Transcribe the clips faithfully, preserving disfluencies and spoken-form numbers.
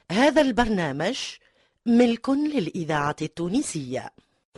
هذا البرنامج ملك للإذاعة التونسية.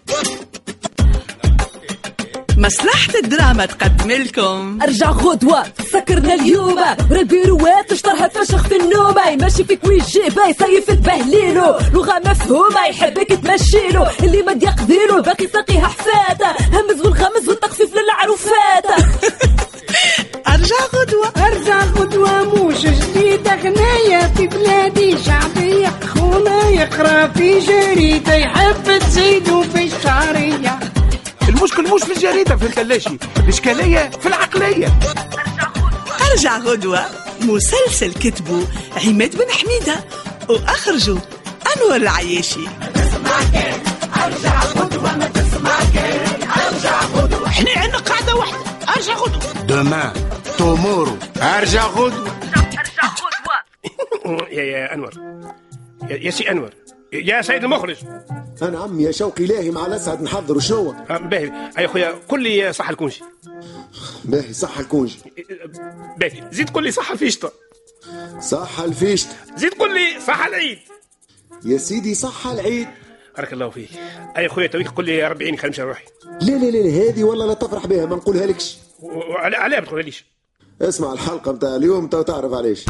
مصلحة الدراما تقدم لكم ارجع غدوة سكرنا اليوم البيروات تشطرها فشخ في النوم ماشي فيك ويجيبه يصيف تبهليلو لغة مفهومة يحبك تمشيلو اللي ما يقديلو باقي ساقيها حفاتة همز والخمز والتخفيف للعروفات. ارجع غدوة ارجع غدوة موش جديدة غناية في بلادي شعبية خونا يقرا في جريدة يحب تزيدو في الشعرية. المشكل مش في الجريدة في الكلاشي، الإشكالية في العقلية. ارجع غدوة مسلسل كتبه عماد بن حميدة واخرجه انور العياشي. ارجع غدوة ما تسمع كان ارجع غدوة احنا عندنا قاعدة واحدة، ارجع غدوة دومان تومورو ارجع غدوة. ارجع غدوة يا يا انور يا, يا سي انور يا سيد المخرج. انا عمي يا شوقي لاهي مع الاسعد نحضر شنو باهي يا خويا قل لي صح الكونجي. باهي صح الكونجي. باهي زيد قل لي صح الفيشطة. صح الفيشط. زيد قل لي صح العيد. يا سيدي صح العيد. بارك الله فيك. اي خويا تويك قل لي أربعين خلينا نمشي نروحي. لا لا لا هذه والله لا تفرح بها ما نقولها لكش. علاه ما تقولها ليش؟ اسمع الحلقة متاع اليوم تو تعرف علاش.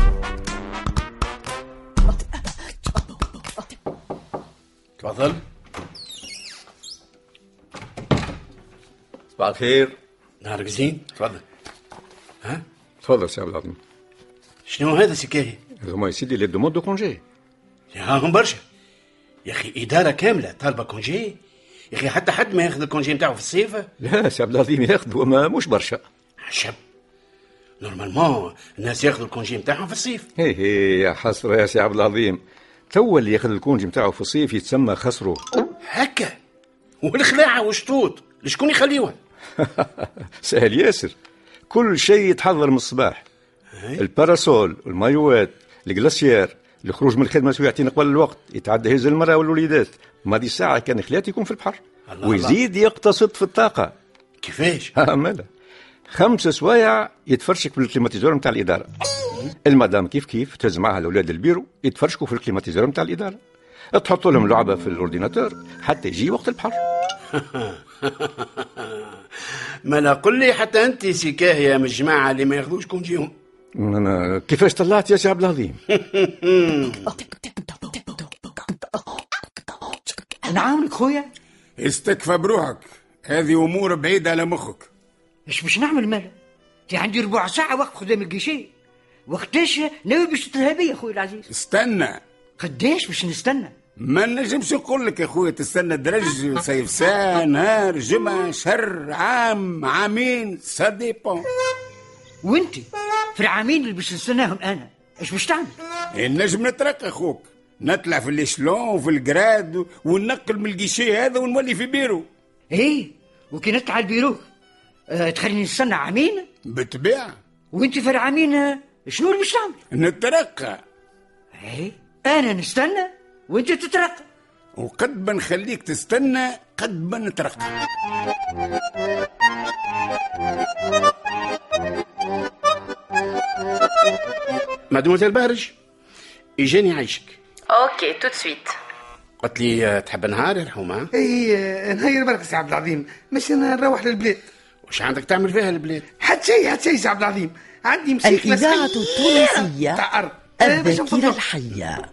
تفضل. صباح الخير. نهارك زين. تفضل. ها تفضل سي عبد العظيم. شنو هذا سكاهي؟ هما يا سيدي لي دوموند دو كونجي. يا هم برشا يا اخي، اداره كامله طالبه كونجي يا اخي، حتى حد ما ياخذ الكونجي نتاعو في الصيف. لا سي عبد العظيم ياخذ وما مش برشا. عشب نورمالمون الناس ياخذوا الكونجي نتاعهم في الصيف. هي هي يا حسره يا سي عبد العظيم، تو اللي ياخذ الكونجي نتاعو في الصيف يتسمى خسره. هكا والخلاعه والشطوط لشكون يخليوها؟ سهل ياسر، كل شيء يتحضر من الصباح. الباراسول والمايوات الجلاسيير الخروج من الخدمه شو يعطينا قبل الوقت، يتعدى هز المراه والوليدات، ما دي ساعه كان خلاتي يكون في البحر الله ويزيد الله. يقتصد في الطاقه. كيفاش؟ ها مالا خمس سوايع يتفرشك في الكليماتيزور نتاع الاداره. المدام كيف كيف تهز معها الاولاد البيرو يتفرشكوا في الكليماتيزور نتاع الاداره، تحطوا لهم لعبه في الاورديناتور حتى يجي وقت البحر. ما لا قل لي حتى انت سكاهيه من الجماعه اللي ما ياخذوش كونجيهم. انا كيفاش طلعت يا سي عبد العظيم؟ نعاونك خويا. استكفى بروحك، هذه امور بعيده على مخك. ايش باش نعمل مالا؟ تي عندي ربع ساعه وقت قدام القيشي، وقتاش ناوي باش تذهبي خويا العزيز؟ استنى. قداش باش نستنى؟ ما نجمش نقول لك يا خويا تستنى درج صيف ساعه نهار جمعه شهر عام عامين سا ديبون. وانت في العامين اللي باش نستناهم انا ايش باش تعمل؟ نجم نترقى اخوك، نطلع في الاشلون وفي الجراد وننقل من القيشي هذا ونولي في بيرو. ايه وكي نطلع البيرو أه تخليني نستنى عامين؟ بالطبيعه. وانت في العامين شنو اللي باش تعمل؟ نترقى. ايه انا نستنى وانت تترقى، وقد ما نخليك تستنى قد ما نترقى. مادموزيل بهرج اجاني عايشك. اوكي تو سويت. قلت لي تحب نهار يا رحومه؟ اي نهار برك سي عبد العظيم، مش انا نروح للبلاد. وش عندك تعمل فيها البلاد؟ حتى شيء حتى شيء سي عبد العظيم، عندي مسيكله الإذاعة التونسية تاع ارض الذاكرة الحية.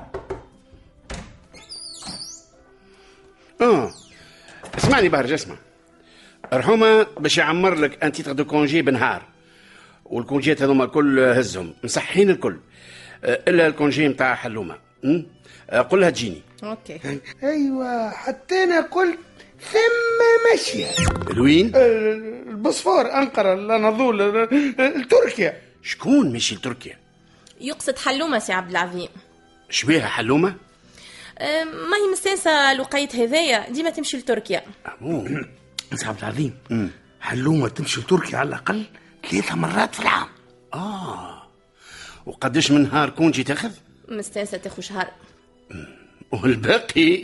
اه اسمعني بهرج اسمع، رحومه باش يعمر لك انت تاخذ كونجي بنهار، والكونجيات هذوما الكل هزهم مصحين الكل الا الكونجي نتاع حلومه. قل لها تجيني. اوكي. ايوه حتى انا قلت ثم ماشيه. لوين؟ البوسفور، انقره، الاناضول، تركيا. شكون ماشي لتركيا؟ يقصد حلومه سي عبد العظيم. شبيها حلومه؟ ما هي مستانسه لقيت هذايا ديما تمشي لتركيا. امون سي عبد العظيم، حلومه تمشي لتركيا على الاقل ثلاثة مرات في العام. اه وقداش من نهار كونجي تاخذ؟ مستانسه تاخذ شهر. والباقي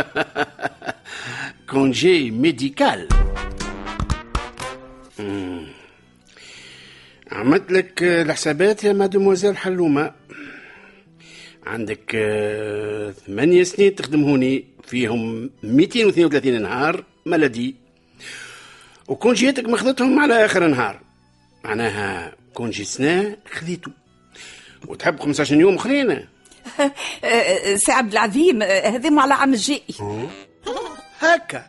كونجي ميديكال. عملت لك الحسابات يا مادموزيل حلومه، عندك آه ثمانية سنين تخدم هوني فيهم مئتين واثنين وثلاثين نهار ملدي، وكونجيتك مخذتهم على آخر نهار، معناها كونجي سنة خذيته وتحب خمسة عشر يوم أخرين. سي عبد العظيم هذيم على عام الجاي هكا.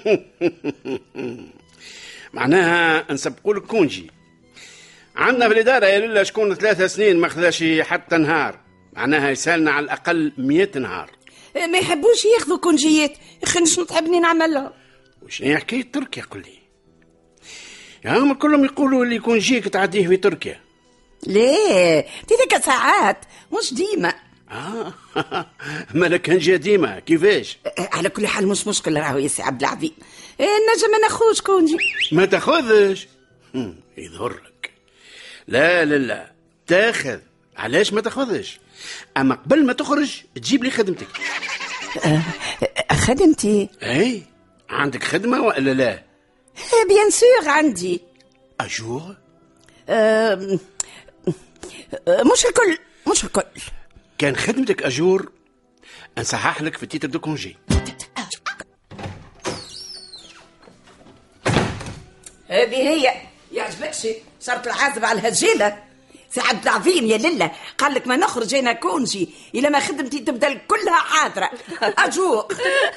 معناها نسبقوا لك كونجي. عندنا في الإدارة يا لله شكون ثلاثة سنين ما خذاش حتى نهار، معناها يسالنا على الأقل مئة نهار. ما يحبوش ياخذوا كونجيات، يا نشنو تحبني نعملها؟ وشنو حكاية تركيا قل لي؟ يا هم كلهم يقولوا اللي كونجيك تعديه في تركيا. ليه تلك ساعات مش ديما. اه مالا كان جا ديما كيفاش؟ على كل حال مش مشكل راهو يا سي عبد العظيم، نجم ما ناخذش كونجي. ما تاخذش؟ يظهر لك. لا لا لا تاخذ. علاش ما تاخذش؟ اما قبل ما تخرج تجيب لي خدمتك. أه خدمتي؟ اي عندك خدمه ولا لا؟ بيان سور عندي. اجور؟ أه مش الكل مش الكل. كان خدمتك اجور نصحح لك في تيتر دو كونجي. هذه هي يعجبكش شرط العازب على الهجيله. سي عبد العظيم يا لله قال لك ما نخرج انا كونجي الا ما خدمتي تبدا كلها حاضره اجور.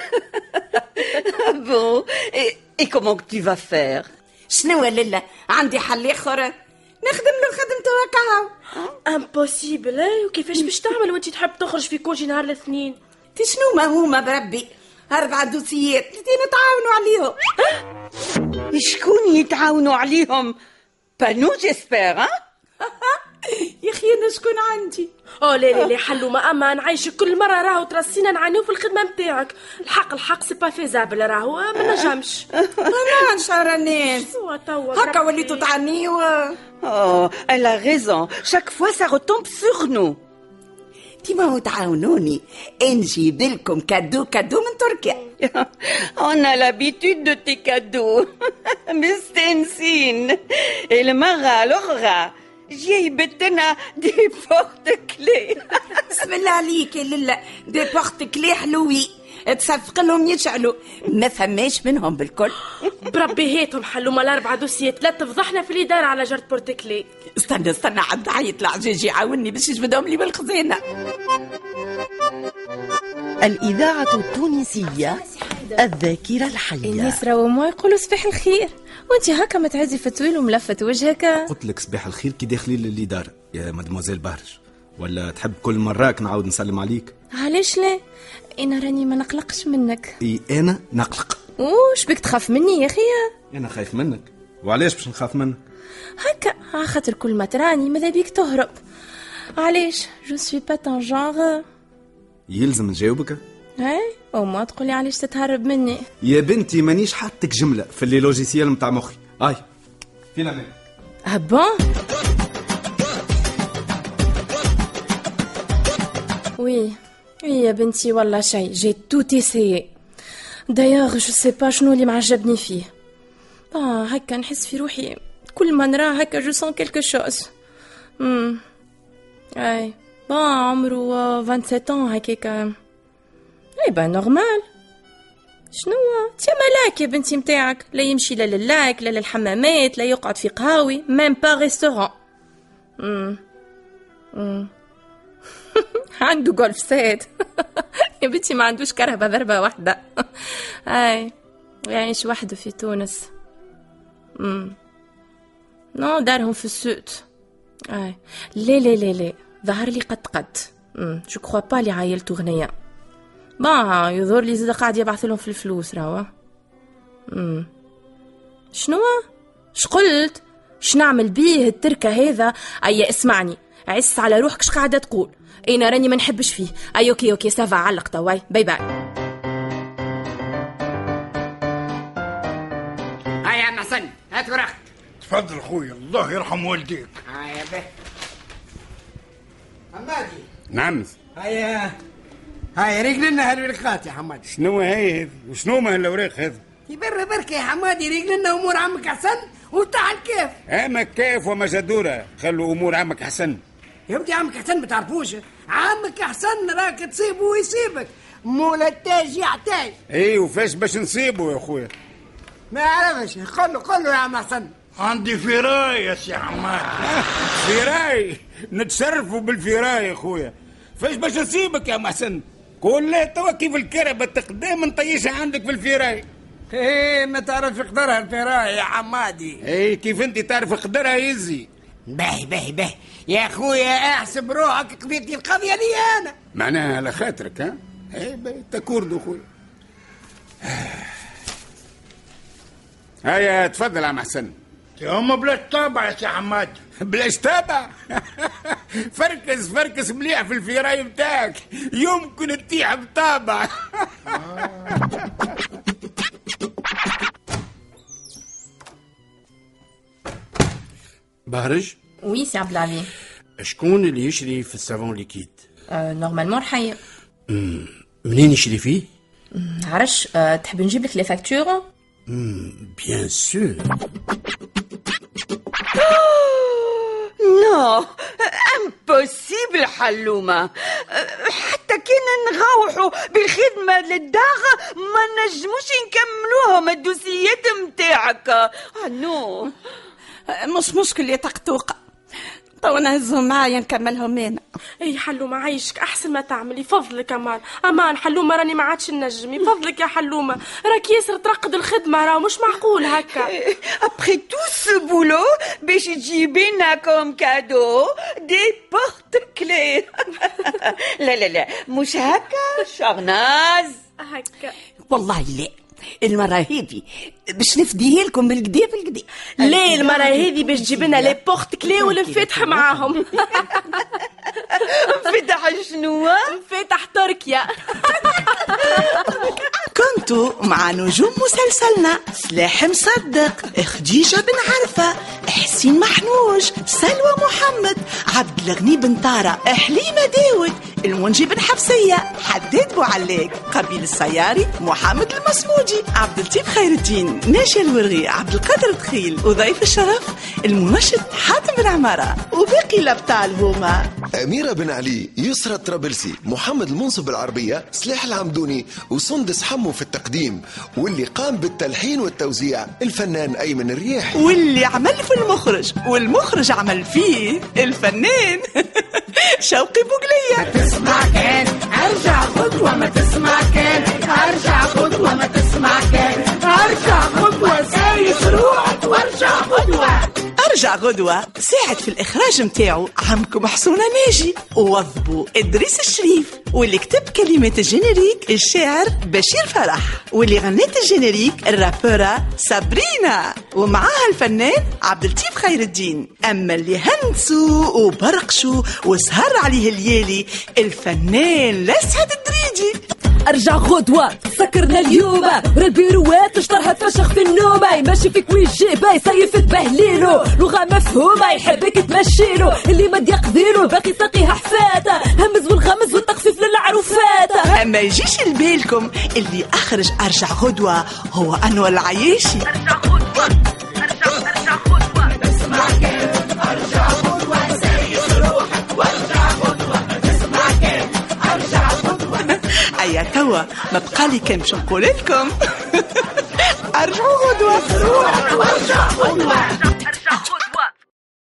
بون اي كومون تو فا فير؟ شنو يا لله عندي حل اخر نخدم له خدمته هكا. امبوسيبل. وكيفاش باش تعمل وانت تحب تخرج في كونجي نهار الاثنين؟ تي شنو ما هما بربي اربع دوسيات اللي نتعاونوا عليهم. شكون يتعاونوا عليهم؟ بانو جيسبر. ها يا اخي انا شكون عندي؟ او لا لا لا حلو ما اما نعيش كل مره راهو ترسينا نعانيو في الخدمه نتاعك. الحق الحق سي با فيزابل راهو ما نجمش. انا نشار الناس هكا وليتوا تعانيو. Oh, elle a raison. Chaque fois, ça retombe sur nous. ديما هو تعاونوني نجيب لكم كادو كادو من تركيا. On a l'habitude de tes cadeaux. مستنسين. المرة الأخرى جيبت لنا دي بورت كلي. بسم الله عليك يا لله دي بورت كلي حلوين تصفق لهم يشعلوا ما فماش منهم بالكل. بربي هيتهم حلوا ما الاربعه دوسيات لا تفضحنا في الاداره على جرد بورتكلي. استنى استنى عبد عيط العجاج يعاوني باش يجبدهم لي بالخزينه. الإذاعة التونسية الذاكرة الحية. الناس راهو ما يقولوا صباح الخير وانت هكا متعزي في طويل وملفت وجهك. قلت لك صباح الخير كي داخلين للإدارة يا مدموزيل بهرج، ولا تحب كل مرة نعاود نسلم عليك؟ علاش لا؟ انا راني ما نقلقش منك. اي انا نقلق. وش بك تخاف مني يا اخي؟ انا خايف منك. وعلاش باش نخاف منك؟ هكا على خاطر كل ما تراني ماذا بيك تهرب. علاش جو سوي با تان جونغ. يلزم نجاوبك؟ هاي او ما تقولي علاش تتهرب مني يا بنتي؟ مانيش حاطك جمله في اللي لوجيسيال نتاع مخي. اي فينا مين هبا وي وي يا بنتي والله شيء جي توت اسيي دايوغ جو سي با شنو اللي معجبني فيه. اه هكا نحس في روحي كل ما نراه هكا جو سون كلكو شوز. امم اي با عمره سبعة وعشرين هكاك. اي با نورمال. شنو تيا ملاك يا بنتي متاعك لا يمشي لا للاك لا للحمامات لا يقعد في قهاوي ميم با ريستوران. امم امم عنده جولف سيت. يا بنتي ما عندوش كرهبه ضربه واحده. اي يعيش وحده في تونس. امم نو دارهم في السود. اي لا لا لا لا ظهر لي قد قد امم جو كخوا با لي عايلته غنيه. با يظهر لي زاد قاعد يبعث لهم في الفلوس راهو. امم شنو شقلت شنعمل بيه التركه هذا؟ اي اسمعني عس على روحك ش قاعده تقول. انا راني ما نحبش فيه. اي اوكي اوكي سافا علق تواي باي باي. هيا يا محسن هات ورقك. تفضل خويا الله يرحم والديك. هيا به حمادي. نعم. هيا هاي ريق لنا هالورقات يا حمادي. شنو هي هذه وشنو ما هالورق هذا؟ يبر برك يا حمادي ريق لنا امور عمك حسن وتاع الكيف. اما كيف وما جدوره خلوا امور عمك حسن. يا ودي عمك حسن بتعرفوش عمك حسن راك تصيبه ويسيبك، مولا التاج يعتاج. اي وفاش باش نصيبه يا خويا؟ ما يعرفش، قل له قل له يا عم حسن. عندي فراي يا سي عماد. فراي نتصرفوا بالفراي يا خويا. فاش باش نصيبك يا محسن؟ كلها توا كيف الكربة تقدام نطيشها عندك في الفراي. ايه ما تعرف قدرها الفراي يا عمادي. ايه كيف انت تعرف قدرها يزي. باهي باهي باهي يا خويا، احسب روحك قضيتي القضية لي انا. معناها على خاطرك ها؟ ايه باهي تكوردو خويا. هيا تفضل يا محسن. هما بلاش طابع يا سي عماد. بلاش طابع؟ فركز فركز مليح في الفراي بتاعك، يمكن تطيح بطابع. بهرج. وي سي عبد العلي. شكون اللي يشري في الصابون ليكيد؟ أه نورمالمون رحية. منين يشري فيه؟ عرش. أه تحب نجيب لك لي فاكتور؟ بيان سور. نو امبوسيبل حلومة، حتى كنا نغوحوا بالخدمة للدار ما نجموش نكملوهم الدوسيات متاعك. نو مش مشكل يا طقطوقة، تو نهزهم معايا نكملهم انا. اي حلومة عايشك، احسن ما تعملي فضلك امان امان. حلومة راني ما عادش نجمي، فضلك يا حلومة، راك ياسر ترقد الخدمة، راه مش معقول هكا. ابخي تو سو بولو باش تجيبي لنا كوم كادو دي بورت كلي. لا لا لا مش هكا شغناز هكا. والله لا، المرة هذي باش نفديه لكم بالكدا بالكدا. ليه المرة هذي باش تجيب لنا لي بورت كلي والانفتح معاهم. انفتح شنو؟ انفتح تركيا. كنتوا مع نجوم مسلسلنا سلاح مصدق، خديجة بن عرفة، حسين محنوج، سلوى محمد، عبد الغني بن طارة، حليمة داود، المنجي بن حفصية، حداد بوعلاق، قبيل السياري، محمد المصمودي، عبد اللطيف خير الدين، ناشي الورغي، عبد القادر دخيل، وضيف الشرف المنشد حاتم بن عمارة، وباقي الابطال هما أميرة بن علي، يسرى الطرابلسي، محمد المنصب العربية، سلاح العمدوني، وسندس حمو في التقديم، واللي قام بالتلحين والتوزيع الفنان أيمن الرياح، واللي عمل في المخرج والمخرج عمل فيه الفنان شوقي بوقلية. ما تسمع كان ارجع خطوة، ما تسمع كان ارجع خطوة، ما تسمع كان ارجع خطوة، سايس روحك وارجع خطوة. ارجع غدوة ساعد في الإخراج متاعو عمكم حسونة ناجي، ووظبوا إدريس الشريف، واللي كتب كلمات الجينيريك الشاعر بشير فرح، واللي غنت الجينيريك الرابورة سابرينا، ومعاها الفنان عبد اللطيف خير الدين. أما اللي هنسوا وبرقشوا وسهر عليه الليالي الفنان لسعد الدريدي. ارجع غدوة سكرنا اليوم، البيروات تشطرها تفشخ في النوم، يمشي فيك ويجيبه يصيف تبهليلو، لغة مفهومة يحبك تمشيلو، اللي ما يقضيلو باقي ساقيها حفاتة، همز والغمز والتخفيف للعروفات. أما يجيش لبالكم اللي أخرج أرجع غدوة هو أنور العياشي. ارجع غدوة ارجع ارجع غدوة، تسمع كان ارجع غدوة، سايس روحك وارجع غدوة، تسمع كان ارجع غدوة. أيا توا ما بقالي كان باش نقول لكم ارجعوا غدوة. روحك وارجع غدوة.